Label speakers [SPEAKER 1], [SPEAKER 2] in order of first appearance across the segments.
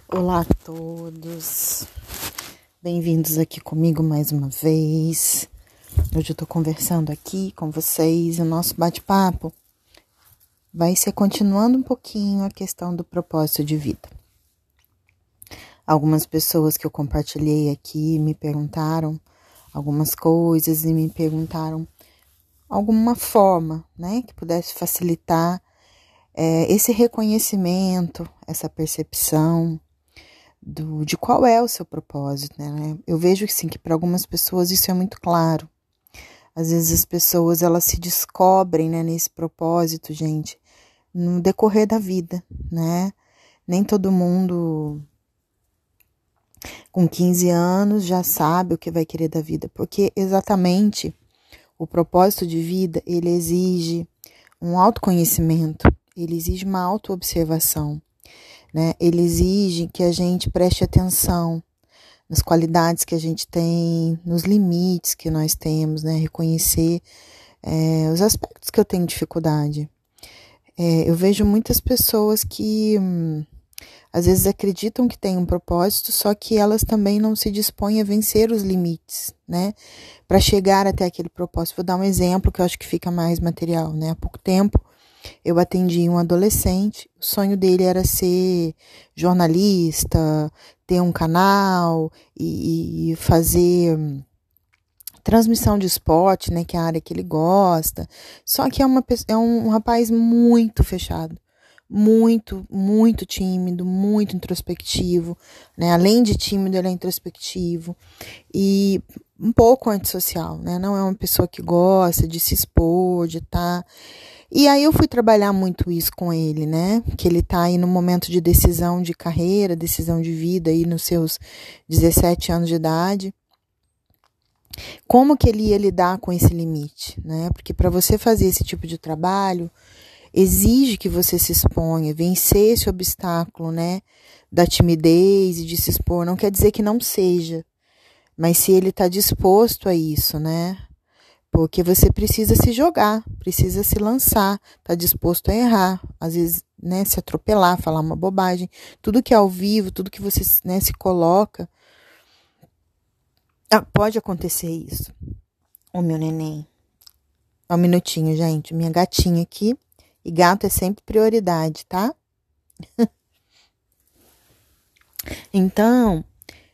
[SPEAKER 1] Olá a todos, bem-vindos aqui comigo mais uma vez. Hoje eu tô conversando aqui com vocês, o nosso bate-papo vai ser continuando um pouquinho a questão do propósito de vida. Algumas pessoas que eu compartilhei aqui me perguntaram algumas coisas e me perguntaram alguma forma, que pudesse facilitar esse reconhecimento, essa percepção de qual é o seu propósito, né? Eu vejo sim, que para algumas pessoas isso é muito claro. Às vezes as pessoas elas se descobrem, nesse propósito, gente, no decorrer da vida, né? Nem todo mundo com 15 anos já sabe o que vai querer da vida, porque exatamente o propósito de vida, ele exige um autoconhecimento, ele exige uma autoobservação, né? Ele exige que a gente preste atenção nas qualidades que a gente tem, nos limites que nós temos, né? Reconhecer os aspectos que eu tenho dificuldade. Eu vejo muitas pessoas que às vezes acreditam que tem um propósito, só que elas também não se dispõem a vencer os limites, né? Para chegar até aquele propósito. Vou dar um exemplo que eu acho que fica mais material, né? Há pouco tempo eu atendi um adolescente, o sonho dele era ser jornalista, ter um canal e fazer transmissão de esporte, né, que é a área que ele gosta. Só que é um rapaz muito fechado, muito tímido, muito introspectivo, né? Além de tímido, ele é introspectivo e um pouco antissocial, né? Não é uma pessoa que gosta de se expor, de estar. E aí eu fui trabalhar muito isso com ele, né? Que ele tá aí no momento de decisão de carreira, decisão de vida aí nos seus 17 anos de idade. Como que ele ia lidar com esse limite, né? Porque para você fazer esse tipo de trabalho, exige que você se exponha, vencer esse obstáculo, né? Da timidez e de se expor. Não quer dizer que não seja, mas se ele está disposto a isso, né? Porque você precisa se jogar, precisa se lançar, tá disposto a errar, às vezes, né, se atropelar, falar uma bobagem. Tudo que é ao vivo, tudo que você, né, se coloca, pode acontecer isso. Ô, meu neném. Um minutinho, gente. Minha gatinha aqui. E gato é sempre prioridade, tá? Então,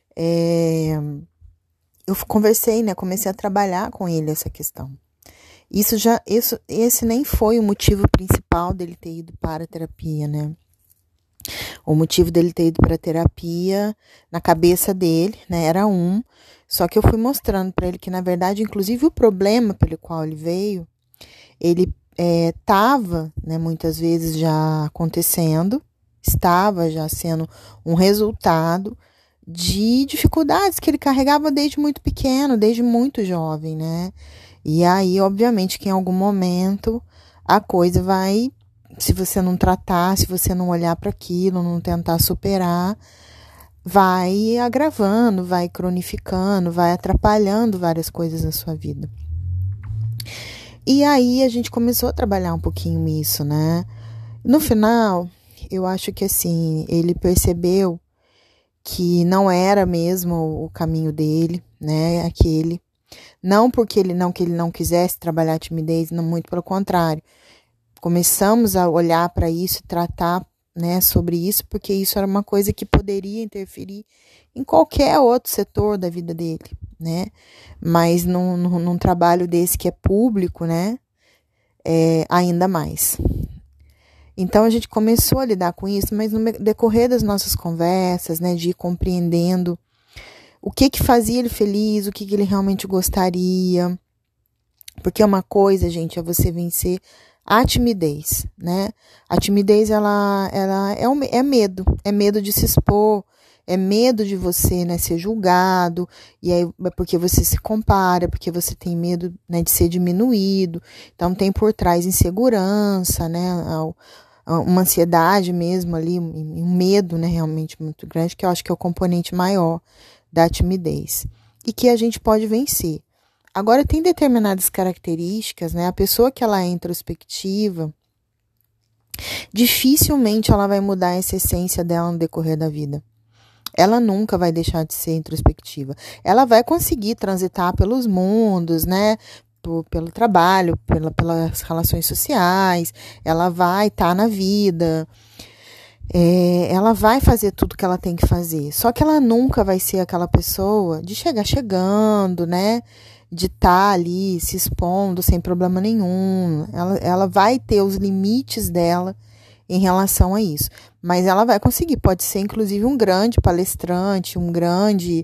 [SPEAKER 1] eu conversei, né? Comecei a trabalhar com ele essa questão. Esse nem foi o motivo principal dele ter ido para a terapia, né? O motivo dele ter ido para a terapia, na cabeça dele, né, era só que eu fui mostrando para ele que, na verdade, inclusive o problema pelo qual ele veio, ele estava, né, muitas vezes já acontecendo, estava já sendo um resultado de dificuldades que ele carregava desde muito pequeno, desde muito jovem, né? E aí, obviamente, que em algum momento a coisa vai, se você não tratar, se você não olhar para aquilo, não tentar superar, vai agravando, vai cronificando, vai atrapalhando várias coisas na sua vida. E aí a gente começou a trabalhar um pouquinho isso, né? No final, eu acho que assim, ele percebeu que não era mesmo o caminho dele, né? Aquele. Não porque ele não quisesse trabalhar a timidez, não, muito pelo contrário. Começamos a olhar para isso e tratar, né, sobre isso, porque isso era uma coisa que poderia interferir em qualquer outro setor da vida dele, né? Mas num trabalho desse que é público, né? Ainda mais. Então a gente começou a lidar com isso, mas no decorrer das nossas conversas, né, de ir compreendendo o que fazia ele feliz, o que ele realmente gostaria. Porque uma coisa, gente, é você vencer a timidez, né? A timidez, ela é medo de se expor, é medo de você, né, ser julgado, e aí é porque você se compara, porque você tem medo, né, de ser diminuído, então tem por trás insegurança, né, uma ansiedade mesmo ali, um medo, né, realmente muito grande, que eu acho que é o componente maior da timidez, e que a gente pode vencer. Agora, tem determinadas características, né? A pessoa que ela é introspectiva, dificilmente ela vai mudar essa essência dela no decorrer da vida. ela nunca vai deixar de ser introspectiva. Ela vai conseguir transitar pelos mundos, né? Pelo trabalho, pelas relações sociais, ela vai estar na vida, ela vai fazer tudo que ela tem que fazer. Só que ela nunca vai ser aquela pessoa de chegar chegando, né? De estar ali se expondo sem problema nenhum. Ela vai ter os limites dela em relação a isso. Mas ela vai conseguir, pode ser inclusive um grande palestrante, um grande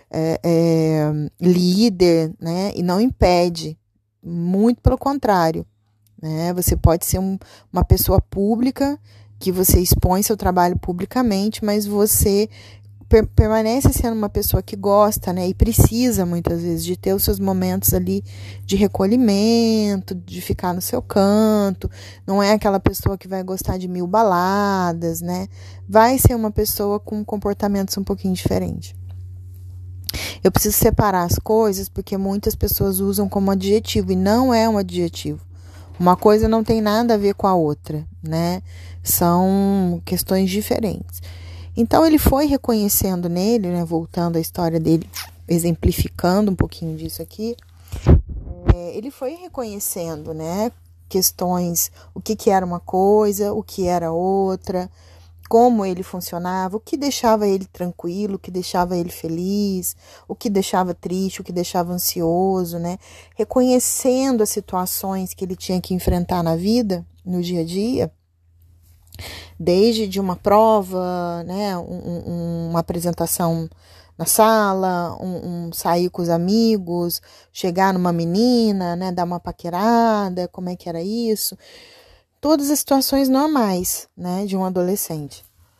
[SPEAKER 1] líder, né? E não impede, muito pelo contrário, né? Você pode ser uma pessoa pública, que você expõe seu trabalho publicamente, mas você permanece sendo uma pessoa que gosta, né? E precisa, muitas vezes, de ter os seus momentos ali de recolhimento, de ficar no seu canto. Não é aquela pessoa que vai gostar de 1000 baladas, né? Vai ser uma pessoa com comportamentos um pouquinho diferentes. Eu preciso separar as coisas porque muitas pessoas usam como adjetivo e não é um adjetivo. Uma coisa não tem nada a ver com a outra, né? São questões diferentes. Então, ele foi reconhecendo nele, né? Voltando à história dele, exemplificando um pouquinho disso aqui, ele foi reconhecendo, né? Questões, o que era uma coisa, o que era outra, como ele funcionava, o que deixava ele tranquilo, o que deixava ele feliz, o que deixava triste, o que deixava ansioso, né? Reconhecendo as situações que ele tinha que enfrentar na vida, no dia a dia, desde de uma prova, né? Uma apresentação na sala, sair com os amigos, chegar numa menina, né? Dar uma paquerada, como é que era isso? Todas as situações normais, né, de um adolescente.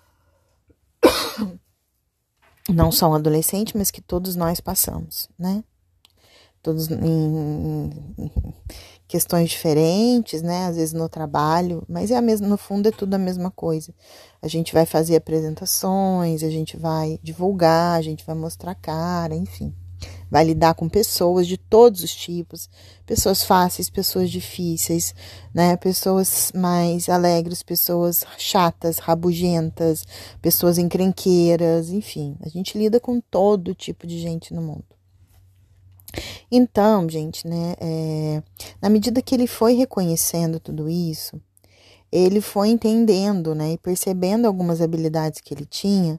[SPEAKER 1] Não só um adolescente, mas que todos nós passamos, né? Todos em questões diferentes, né? Às vezes no trabalho, mas no fundo é tudo a mesma coisa. A gente vai fazer apresentações, a gente vai divulgar, a gente vai mostrar cara, enfim. Vai lidar com pessoas de todos os tipos, pessoas fáceis, pessoas difíceis, né? Pessoas mais alegres, pessoas chatas, rabugentas, pessoas encrenqueiras, enfim. A gente lida com todo tipo de gente no mundo. Então, gente, né? Na medida que ele foi reconhecendo tudo isso, ele foi entendendo, né? E percebendo algumas habilidades que ele tinha.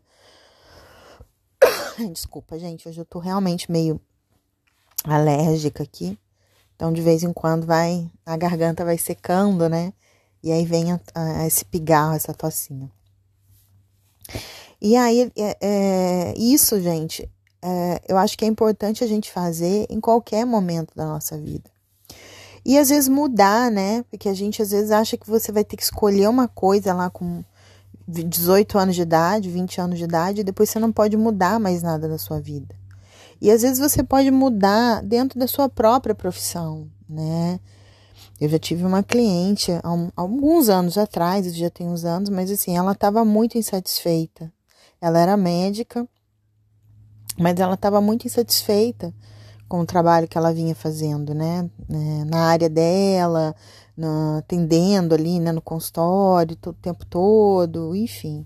[SPEAKER 1] Desculpa, gente, hoje eu tô realmente meio alérgica aqui. Então, de vez em quando a garganta vai secando, né? E aí vem esse pigarro, essa tocinha. E aí, isso, gente, eu acho que é importante a gente fazer em qualquer momento da nossa vida. E às vezes mudar, né? Porque a gente às vezes acha que você vai ter que escolher uma coisa lá com 18 anos de idade, 20 anos de idade, e depois você não pode mudar mais nada na sua vida. E às vezes você pode mudar dentro da sua própria profissão, né? Eu já tive uma cliente há alguns anos atrás, isso já tem uns anos, mas assim, ela estava muito insatisfeita. Ela era médica, mas ela estava muito insatisfeita com o trabalho que ela vinha fazendo, né? Na área dela, atendendo ali, né? No consultório, o tempo todo, enfim.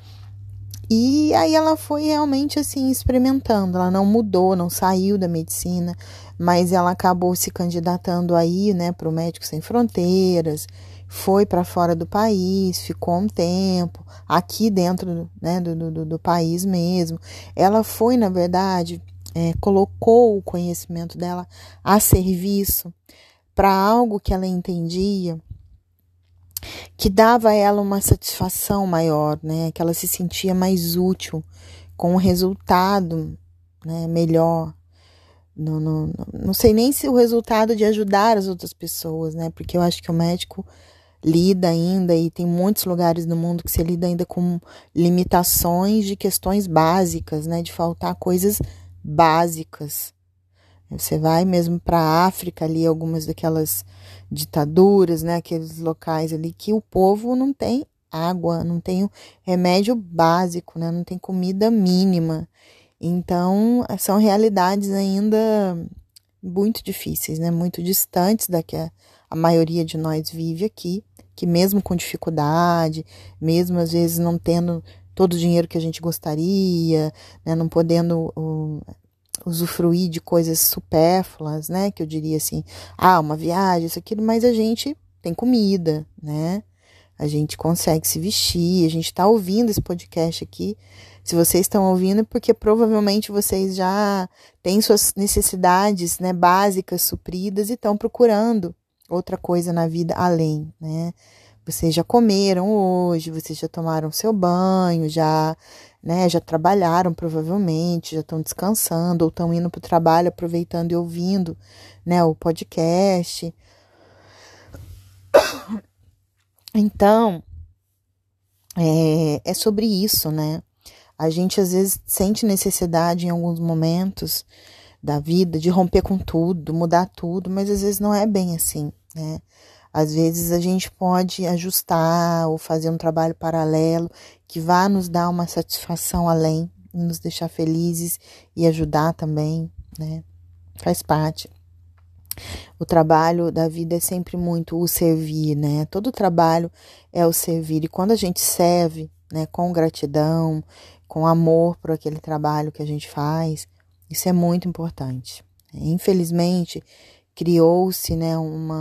[SPEAKER 1] E aí ela foi realmente assim experimentando, ela não mudou, não saiu da medicina, mas ela acabou se candidatando aí, né, para o Médicos Sem Fronteiras, foi para fora do país, ficou um tempo, aqui dentro, né, do país mesmo. Ela foi, na verdade, colocou o conhecimento dela a serviço para algo que ela entendia, que dava a ela uma satisfação maior, né? Que ela se sentia mais útil, com um resultado, né, melhor. Não sei nem se o resultado de ajudar as outras pessoas, né? Porque eu acho que o médico lida ainda, e tem muitos lugares no mundo que se lida ainda com limitações de questões básicas, né? De faltar coisas básicas. Você vai mesmo para a África ali, algumas daquelas ditaduras, né? Aqueles locais ali que o povo não tem água, não tem o remédio básico, né? Não tem comida mínima. Então, são realidades ainda muito difíceis, né? Muito distantes da que a maioria de nós vive aqui, que mesmo com dificuldade, mesmo às vezes não tendo todo o dinheiro que a gente gostaria, né? Não podendo usufruir de coisas supérfluas, né? Que eu diria assim, uma viagem, isso, aquilo, mas a gente tem comida, né? A gente consegue se vestir, a gente está ouvindo esse podcast aqui. Se vocês estão ouvindo, é porque provavelmente vocês já têm suas necessidades, né, básicas supridas e estão procurando outra coisa na vida além, né? Vocês já comeram hoje, vocês já tomaram seu banho, já trabalharam provavelmente, já estão descansando ou estão indo para o trabalho aproveitando e ouvindo, né, o podcast. Então, é sobre isso, né? A gente às vezes sente necessidade em alguns momentos da vida de romper com tudo, mudar tudo, mas às vezes não é bem assim, né? Às vezes a gente pode ajustar ou fazer um trabalho paralelo que vá nos dar uma satisfação além, nos deixar felizes e ajudar também, né? Faz parte. O trabalho da vida é sempre muito o servir, né? Todo trabalho é o servir. E quando a gente serve, né, com gratidão, com amor por aquele trabalho que a gente faz, isso é muito importante. Infelizmente, criou-se, né,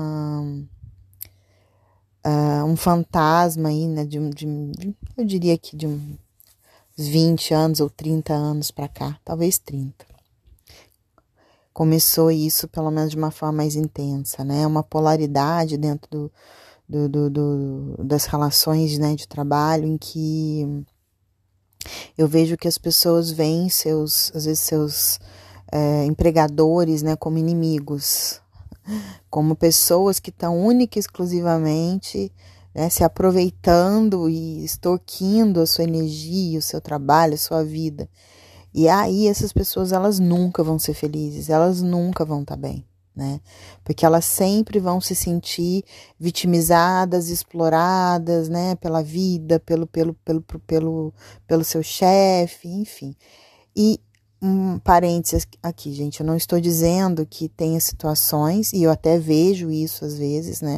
[SPEAKER 1] um fantasma aí, né, eu diria que de uns 20 anos ou 30 anos para cá, talvez 30. Começou isso, pelo menos de uma forma mais intensa, né? Uma polaridade dentro das relações, né, de trabalho, em que eu vejo que as pessoas veem às vezes seus empregadores, né, como inimigos, como pessoas que estão única e exclusivamente, né, se aproveitando e extorquindo a sua energia, o seu trabalho, a sua vida. E aí essas pessoas, elas nunca vão ser felizes, elas nunca vão estar bem, né? Porque elas sempre vão se sentir vitimizadas, exploradas, né? Pela vida, pelo seu chefe, enfim. E parênteses aqui, gente, eu não estou dizendo que tenha situações, e eu até vejo isso às vezes, né?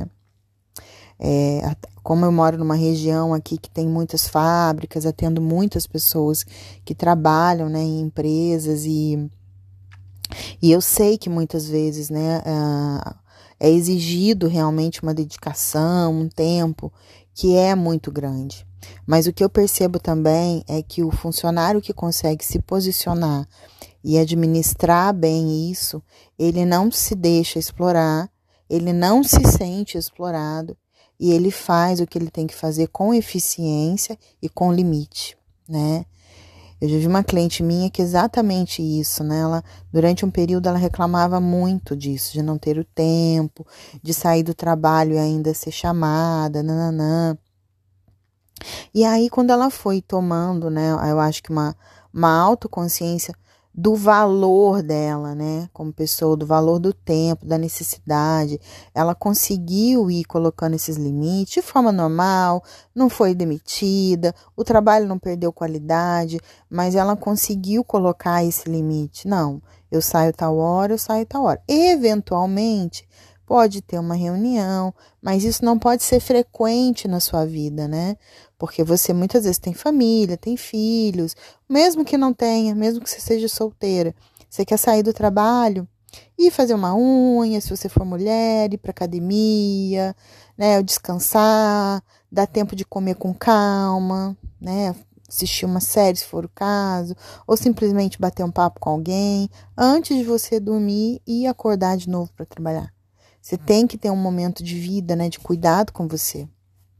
[SPEAKER 1] Como eu moro numa região aqui que tem muitas fábricas, atendo muitas pessoas que trabalham, né, em empresas e eu sei que muitas vezes, né, é exigido realmente uma dedicação, um tempo que é muito grande. Mas o que eu percebo também é que o funcionário que consegue se posicionar e administrar bem isso, ele não se deixa explorar, ele não se sente explorado, e ele faz o que ele tem que fazer com eficiência e com limite, né? Eu já vi uma cliente minha que é exatamente isso, né? Durante um período, ela reclamava muito disso, de não ter o tempo, de sair do trabalho e ainda ser chamada, nananã. E aí, quando ela foi tomando, né? Eu acho que uma autoconsciência do valor dela, né, como pessoa, do valor do tempo, da necessidade, ela conseguiu ir colocando esses limites de forma normal, não foi demitida, o trabalho não perdeu qualidade, mas ela conseguiu colocar esse limite. Não, eu saio tal hora, eu saio tal hora. Eventualmente, pode ter uma reunião, mas isso não pode ser frequente na sua vida, né? Porque você muitas vezes tem família, tem filhos, mesmo que não tenha, mesmo que você seja solteira, você quer sair do trabalho e fazer uma unha, se você for mulher, ir para academia, né? Ou descansar, dar tempo de comer com calma, né? Assistir uma série, se for o caso, ou simplesmente bater um papo com alguém antes de você dormir e acordar de novo para trabalhar. Você tem que ter um momento de vida, né, de cuidado com você.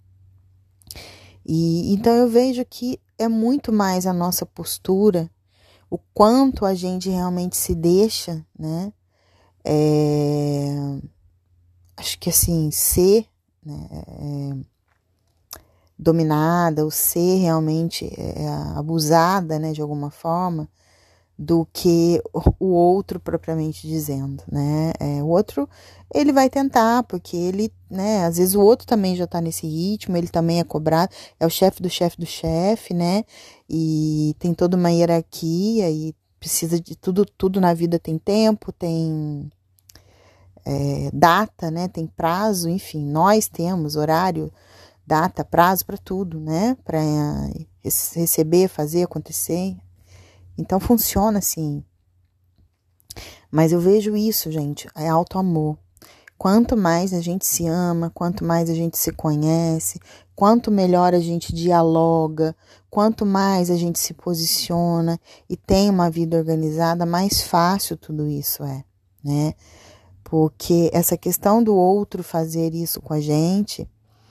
[SPEAKER 1] E então eu vejo que é muito mais a nossa postura, o quanto a gente realmente se deixa, né? Acho que assim, ser, né, dominada, ou ser realmente abusada, né, de alguma forma, do que o outro propriamente dizendo, né? O outro, ele vai tentar, porque ele, né? Às vezes o outro também já tá nesse ritmo, ele também é cobrado, é o chefe do chefe do chefe, né? E tem toda uma hierarquia e precisa de tudo na vida tem tempo, tem data, né? Tem prazo, enfim, nós temos horário, data, prazo para tudo, né? Para receber, fazer, acontecer. Então funciona assim. Mas eu vejo isso, gente, é auto-amor. Quanto mais a gente se ama, quanto mais a gente se conhece, quanto melhor a gente dialoga, quanto mais a gente se posiciona e tem uma vida organizada, mais fácil tudo isso é, né? Porque essa questão do outro fazer isso com a gente,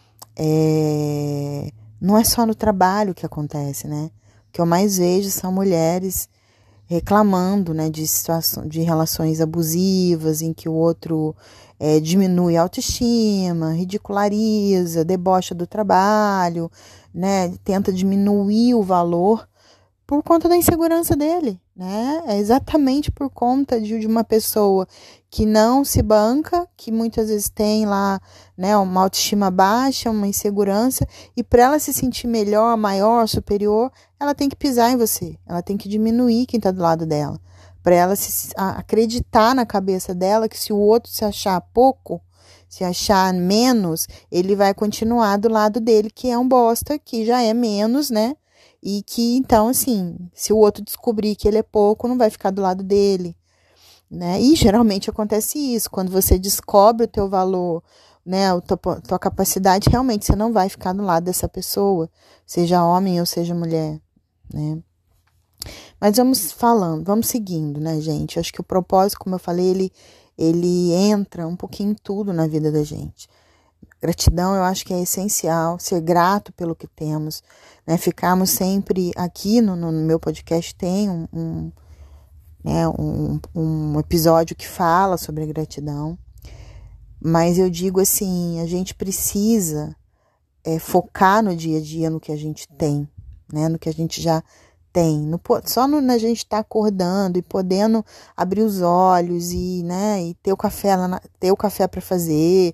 [SPEAKER 1] não é só no trabalho que acontece, né? O que eu mais vejo são mulheres reclamando, né, de situação, de relações abusivas, em que o outro diminui a autoestima, ridiculariza, debocha do trabalho, né, tenta diminuir o valor por conta da insegurança dele, né? É exatamente por conta de uma pessoa que não se banca, que muitas vezes tem lá, né, uma autoestima baixa, uma insegurança, e para ela se sentir melhor, maior, superior, ela tem que pisar em você, ela tem que diminuir quem está do lado dela, para ela acreditar na cabeça dela que se o outro se achar pouco, se achar menos, ele vai continuar do lado dele, que é um bosta, que já é menos, né? E que, então, assim, se o outro descobrir que ele é pouco, não vai ficar do lado dele, né? E geralmente acontece isso, quando você descobre o teu valor, né, a tua capacidade, realmente você não vai ficar do lado dessa pessoa, seja homem ou seja mulher, né? Mas vamos falando, vamos seguindo, né, gente? Acho que o propósito, como eu falei, ele entra um pouquinho em tudo na vida da gente. Gratidão, eu acho que é essencial, ser grato pelo que temos, né? Ficarmos sempre aqui no meu podcast, tem um episódio que fala sobre a gratidão, mas eu digo assim, a gente precisa focar no dia a dia no que a gente tem, né? No que a gente já tem, na gente estar acordando e podendo abrir os olhos e, né, e ter o café para fazer,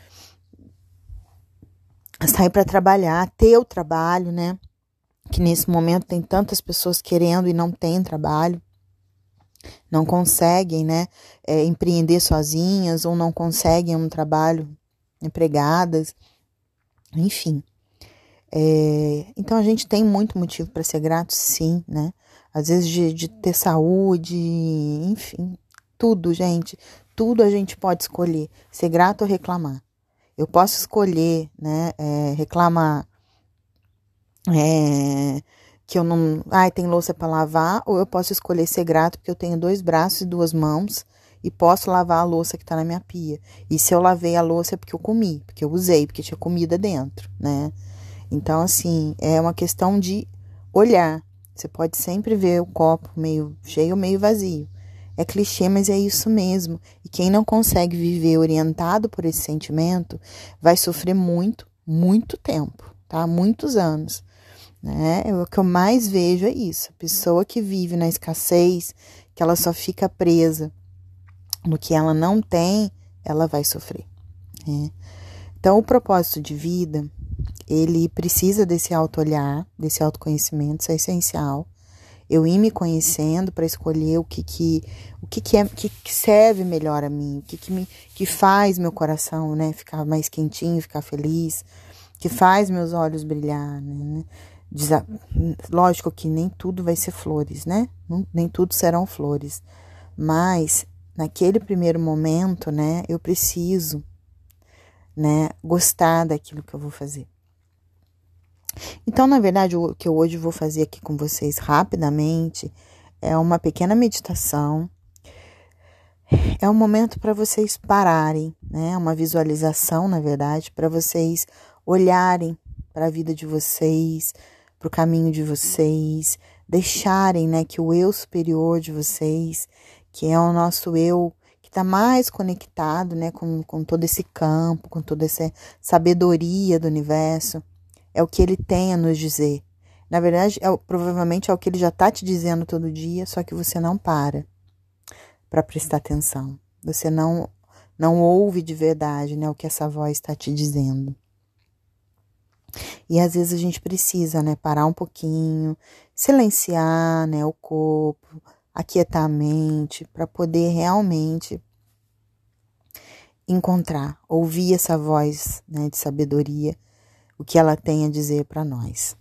[SPEAKER 1] sair para trabalhar, ter o trabalho, né? Que nesse momento tem tantas pessoas querendo e não tem trabalho, não conseguem, né, empreender sozinhas ou não conseguem um trabalho empregadas, enfim. Então a gente tem muito motivo para ser grato, sim, né? Às vezes de ter saúde, enfim, tudo, gente, tudo a gente pode escolher, ser grato ou reclamar. Eu posso escolher, né, reclamar que eu não... tem louça para lavar, ou eu posso escolher ser grato porque eu tenho 2 braços e 2 mãos e posso lavar a louça que está na minha pia. E se eu lavei a louça é porque eu comi, porque eu usei, porque tinha comida dentro, né? Então, assim, é uma questão de olhar. Você pode sempre ver o copo meio cheio ou meio vazio. É clichê, mas é isso mesmo. E quem não consegue viver orientado por esse sentimento vai sofrer muito, muito tempo, tá? Muitos anos, né? O que eu mais vejo é isso. A pessoa que vive na escassez, que ela só fica presa no que ela não tem, ela vai sofrer, né? Então, o propósito de vida, ele precisa desse auto-olhar, desse autoconhecimento, isso é essencial. Eu ir me conhecendo para escolher o que serve melhor a mim, que faz meu coração, né, ficar mais quentinho, ficar feliz, que faz meus olhos brilhar, né? Lógico que nem tudo vai ser flores, né? Nem tudo serão flores, mas naquele primeiro momento, né, eu preciso, né, gostar daquilo que eu vou fazer. Então, na verdade, o que eu hoje vou fazer aqui com vocês rapidamente é uma pequena meditação. É um momento para vocês pararem, né? Uma visualização, na verdade, para vocês olharem para a vida de vocês, para o caminho de vocês, deixarem, né, que o eu superior de vocês, que é o nosso eu, que está mais conectado, né, com todo esse campo, com toda essa sabedoria do universo, é o que ele tem a nos dizer. Na verdade, provavelmente é o que ele já está te dizendo todo dia, só que você não para prestar atenção. Você não ouve de verdade, né, o que essa voz está te dizendo. E às vezes a gente precisa, né, parar um pouquinho, silenciar, né, o corpo, aquietar a mente, para poder realmente encontrar, ouvir essa voz, né, de sabedoria, o que ela tem a dizer para nós.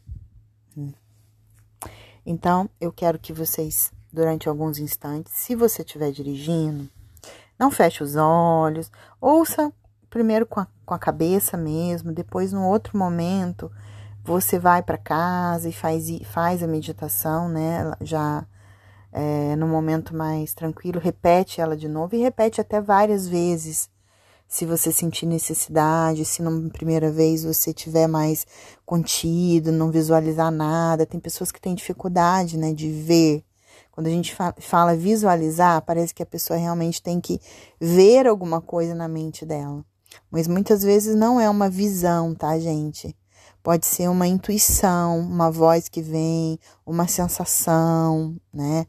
[SPEAKER 1] Então, eu quero que vocês, durante alguns instantes, se você estiver dirigindo, não feche os olhos, ouça primeiro com a cabeça mesmo, depois, num outro momento, você vai para casa e faz a meditação, né? Já no momento mais tranquilo, repete ela de novo e repete até várias vezes. Se você sentir necessidade, se na primeira vez você tiver mais contido, não visualizar nada. Tem pessoas que têm dificuldade, né, de ver. Quando a gente fala visualizar, parece que a pessoa realmente tem que ver alguma coisa na mente dela. Mas muitas vezes não é uma visão, tá, gente? Pode ser uma intuição, uma voz que vem, uma sensação, né?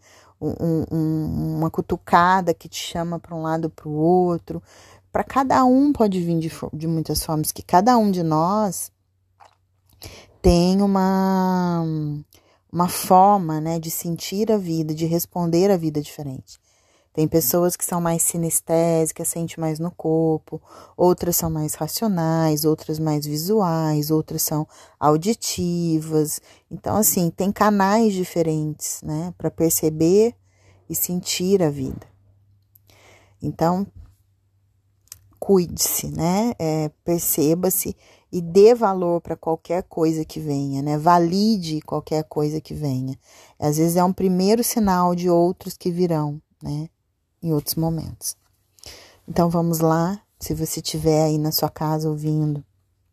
[SPEAKER 1] Uma cutucada que te chama para um lado ou para o outro. Para cada um pode vir de muitas formas, que cada um de nós tem uma forma, né, de sentir a vida, de responder a vida diferente. Tem pessoas que são mais sinestésicas, sentem mais no corpo, outras são mais racionais, outras mais visuais, outras são auditivas. Então, assim, tem canais diferentes, né, para perceber e sentir a vida. Então, cuide-se, né? Perceba-se e dê valor para qualquer coisa que venha, né? Valide qualquer coisa que venha. Às vezes é um primeiro sinal de outros que virão, né? Em outros momentos. Então vamos lá. Se você estiver aí na sua casa ouvindo,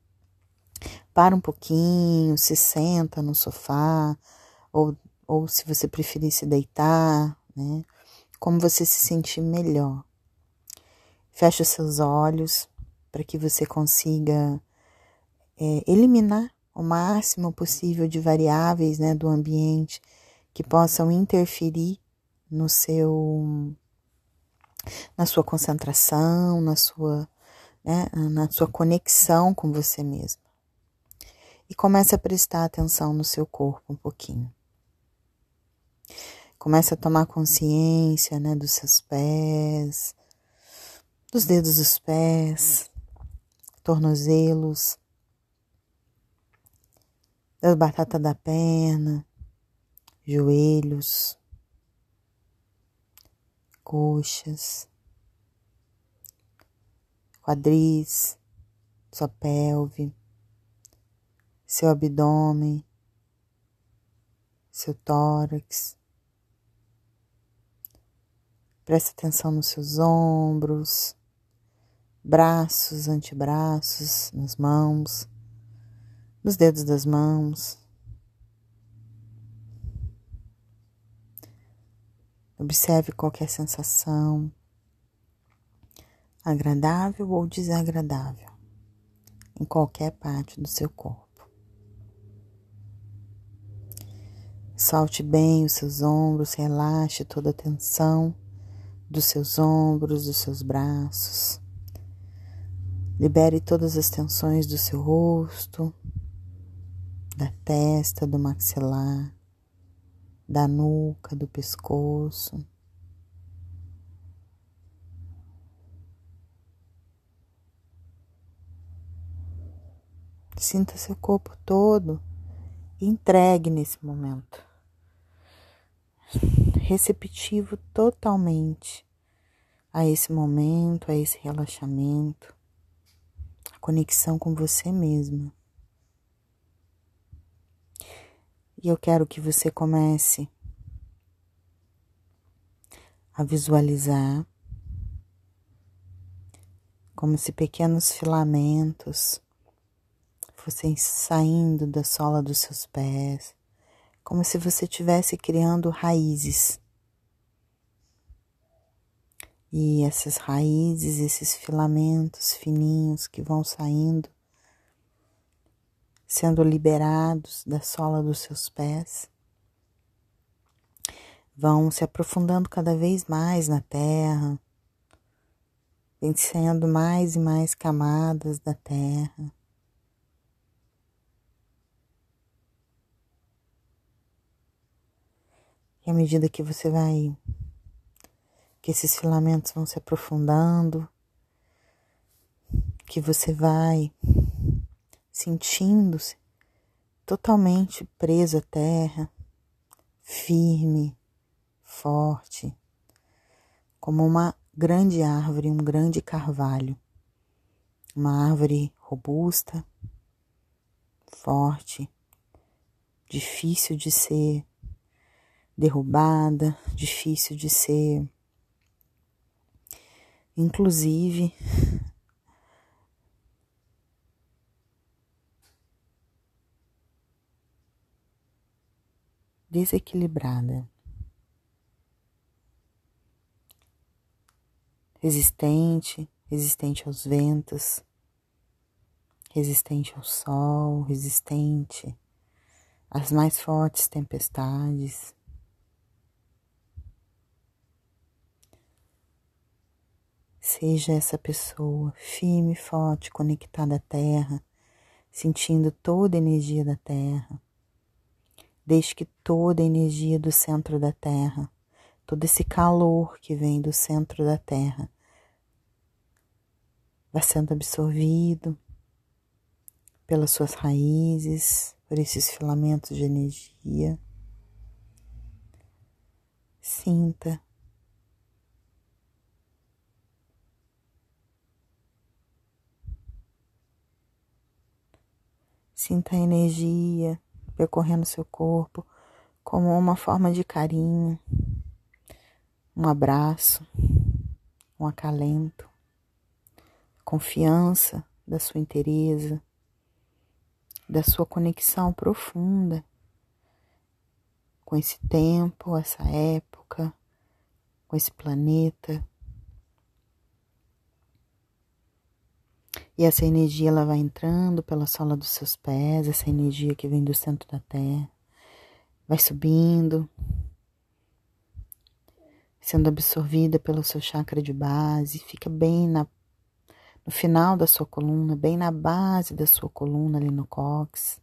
[SPEAKER 1] para um pouquinho, se senta no sofá, ou se você preferir se deitar, né? Como você se sentir melhor. Feche os seus olhos para que você consiga eliminar o máximo possível de variáveis, né, do ambiente que possam interferir na sua concentração, na sua conexão com você mesmo. E comece a prestar atenção no seu corpo um pouquinho. Comece a tomar consciência, né, dos seus pés, dos dedos dos pés, tornozelos, das batatas da perna, joelhos, coxas, quadris, sua pelve, seu abdômen, seu tórax. Preste atenção nos seus ombros, braços, antebraços, nas mãos, nos dedos das mãos. Observe qualquer sensação, agradável ou desagradável, em qualquer parte do seu corpo. Solte bem os seus ombros, relaxe toda a tensão dos seus ombros, dos seus braços. Libere todas as tensões do seu rosto, da testa, do maxilar, da nuca, do pescoço. Sinta seu corpo todo entregue nesse momento. Receptivo totalmente a esse momento, a esse relaxamento, a conexão com você mesma. E eu quero que você comece a visualizar como se pequenos filamentos fossem saindo da sola dos seus pés, como se você estivesse criando raízes. E essas raízes, esses filamentos fininhos que vão saindo, sendo liberados da sola dos seus pés, vão se aprofundando cada vez mais na terra, vencendo mais e mais camadas da terra. E à medida que que esses filamentos vão se aprofundando, que você vai sentindo-se totalmente preso à terra, firme, forte, como uma grande árvore, um grande carvalho, uma árvore robusta, forte, difícil de ser derrubada, difícil de ser, inclusive, desequilibrada, resistente aos ventos, resistente ao sol, resistente às mais fortes tempestades. Seja essa pessoa firme, forte, conectada à terra, sentindo toda a energia da terra. Deixe que toda a energia do centro da terra, todo esse calor que vem do centro da terra, vá sendo absorvido pelas suas raízes, por esses filamentos de energia. Sinta. Sinta a energia percorrendo seu corpo como uma forma de carinho, um abraço, um acalento, confiança da sua inteireza, da sua conexão profunda com esse tempo, essa época, com esse planeta. E essa energia ela vai entrando pela sola dos seus pés, essa energia que vem do centro da terra, vai subindo, sendo absorvida pelo seu chakra de base, fica bem no final da sua coluna, bem na base da sua coluna, ali no cóccix.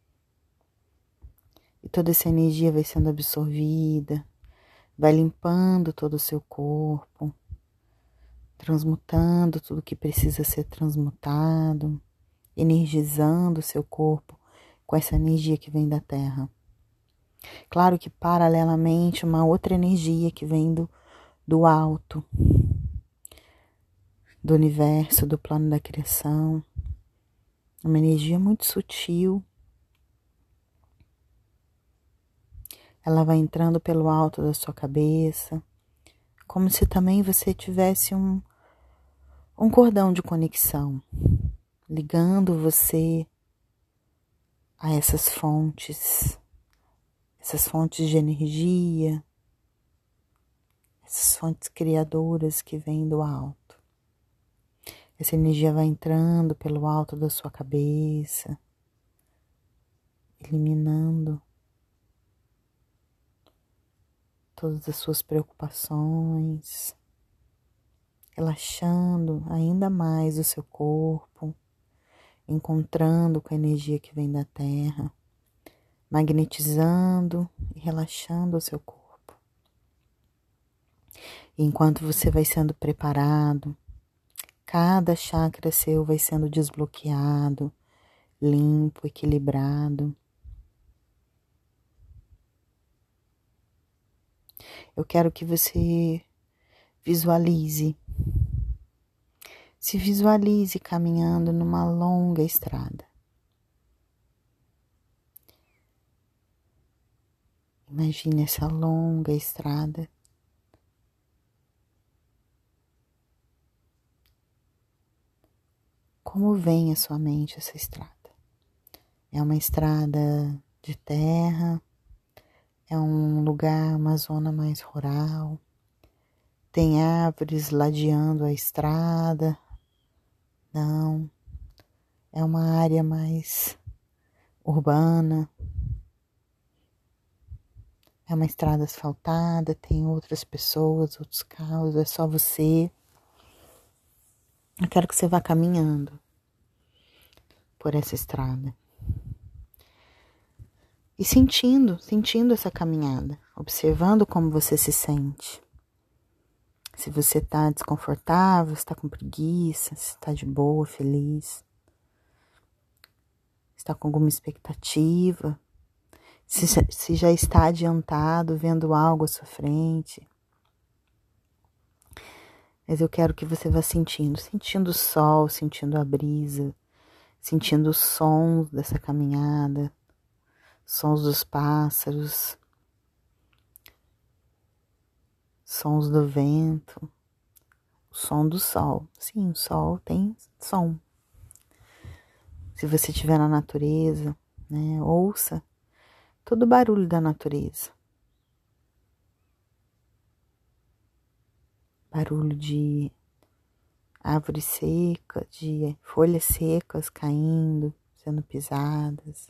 [SPEAKER 1] E toda essa energia vai sendo absorvida, vai limpando todo o seu corpo, transmutando tudo que precisa ser transmutado, energizando o seu corpo com essa energia que vem da terra. Claro que paralelamente uma outra energia que vem do alto, do universo, do plano da criação, uma energia muito sutil. Ela vai entrando pelo alto da sua cabeça, como se também você tivesse um cordão de conexão, ligando você a essas fontes de energia, essas fontes criadoras que vêm do alto. Essa energia vai entrando pelo alto da sua cabeça, eliminando todas as suas preocupações, relaxando ainda mais o seu corpo, encontrando com a energia que vem da terra, magnetizando e relaxando o seu corpo. E enquanto você vai sendo preparado, cada chakra seu vai sendo desbloqueado, limpo, equilibrado. Eu quero que você se visualize caminhando numa longa estrada. Imagine essa longa estrada. Como vem à sua mente essa estrada? É uma estrada de terra? É um lugar, uma zona mais rural? Tem árvores ladeando a estrada? Não. É uma área mais urbana? É uma estrada asfaltada? Tem outras pessoas, outros carros? É só você? Eu quero que você vá caminhando por essa estrada. E sentindo essa caminhada, observando como você se sente. Se você está desconfortável, se está com preguiça, se está de boa, feliz. Está com alguma expectativa? Se já está adiantado, vendo algo à sua frente. Mas eu quero que você vá sentindo o sol, sentindo a brisa, sentindo os sons dessa caminhada, sons dos pássaros, sons do vento, o som do sol. Sim, o sol tem som. Se você estiver na natureza, né, ouça todo o barulho da natureza. Barulho de árvore seca, de folhas secas caindo, sendo pisadas.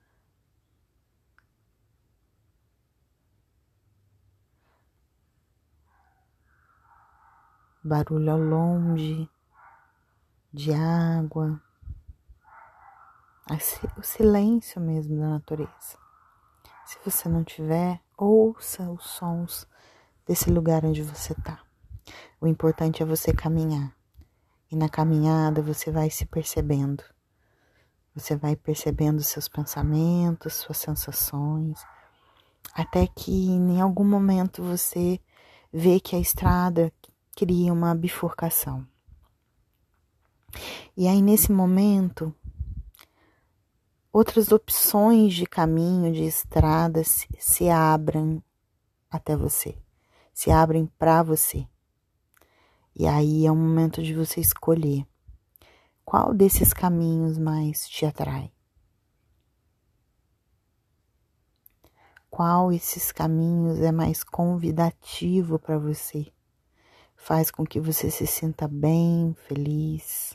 [SPEAKER 1] Barulho ao longe de água. O silêncio mesmo da natureza. Se você não tiver, ouça os sons desse lugar onde você está. O importante é você caminhar. E na caminhada você vai se percebendo. Você vai percebendo seus pensamentos, suas sensações. Até que em algum momento você vê que a estrada cria uma bifurcação. E aí nesse momento, outras opções de caminho, de estrada se abrem até você. Se abrem para você. E aí é o momento de você escolher qual desses caminhos mais te atrai. Qual esses caminhos é mais convidativo para você. Faz com que você se sinta bem, feliz.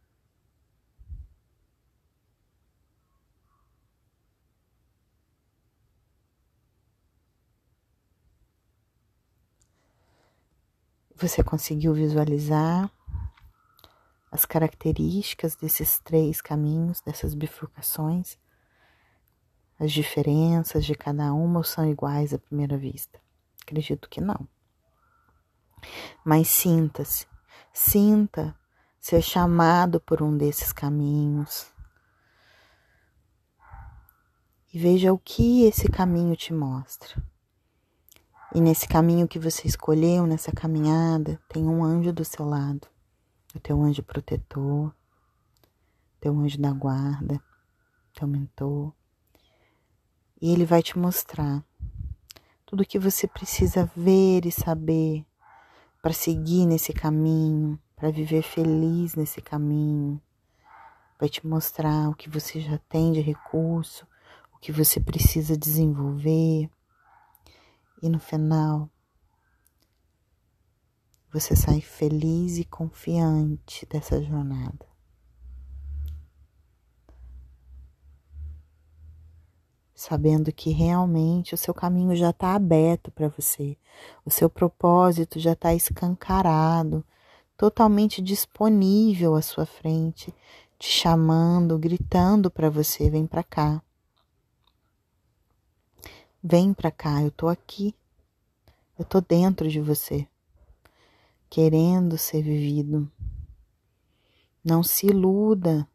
[SPEAKER 1] Você conseguiu visualizar as características desses 3 caminhos, dessas bifurcações? As diferenças de cada uma ou são iguais à primeira vista? Acredito que não. Mas sinta-se. Sinta ser chamado por um desses caminhos. E veja o que esse caminho te mostra. E nesse caminho que você escolheu, nessa caminhada, tem um anjo do seu lado. O teu anjo protetor, teu anjo da guarda, teu mentor. E ele vai te mostrar tudo o que você precisa ver e saber para seguir nesse caminho, para viver feliz nesse caminho. Vai te mostrar o que você já tem de recurso, o que você precisa desenvolver. E no final, você sai feliz e confiante dessa jornada. Sabendo que realmente o seu caminho já está aberto para você. O seu propósito já está escancarado, totalmente disponível à sua frente, te chamando, gritando para você, vem para cá. Vem para cá, eu tô aqui. Eu tô dentro de você, querendo ser vivido. Não se iluda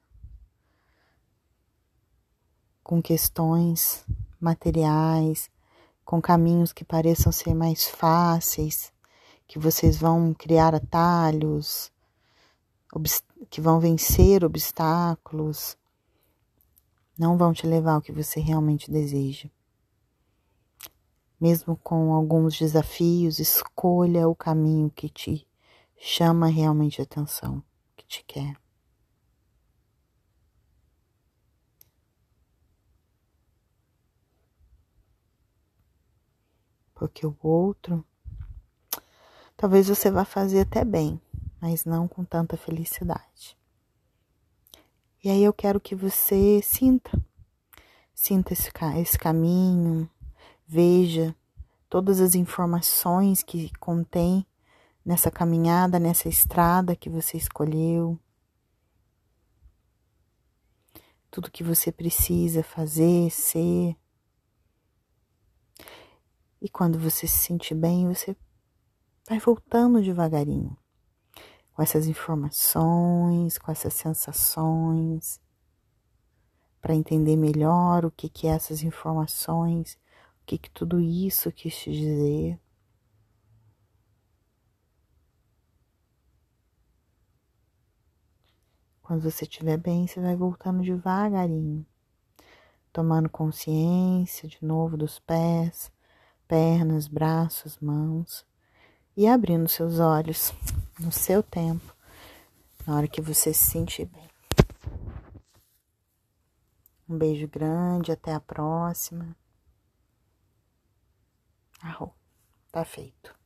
[SPEAKER 1] com questões materiais, com caminhos que pareçam ser mais fáceis, que vocês vão criar atalhos, que vão vencer obstáculos, não vão te levar ao que você realmente deseja. Mesmo com alguns desafios, escolha o caminho que te chama realmente a atenção, que te quer. Porque o outro, talvez você vá fazer até bem, mas não com tanta felicidade. E aí eu quero que você sinta esse caminho, veja todas as informações que contém nessa caminhada, nessa estrada que você escolheu. Tudo que você precisa fazer, ser. E quando você se sentir bem, você vai voltando devagarinho. Com essas informações, com essas sensações. para entender melhor o que é essas informações, o que tudo isso quis te dizer. Quando você estiver bem, você vai voltando devagarinho, tomando consciência de novo dos pés, pernas, braços, mãos e abrindo seus olhos no seu tempo, na hora que você se sentir bem. Um beijo grande, até a próxima. Arro, tá feito.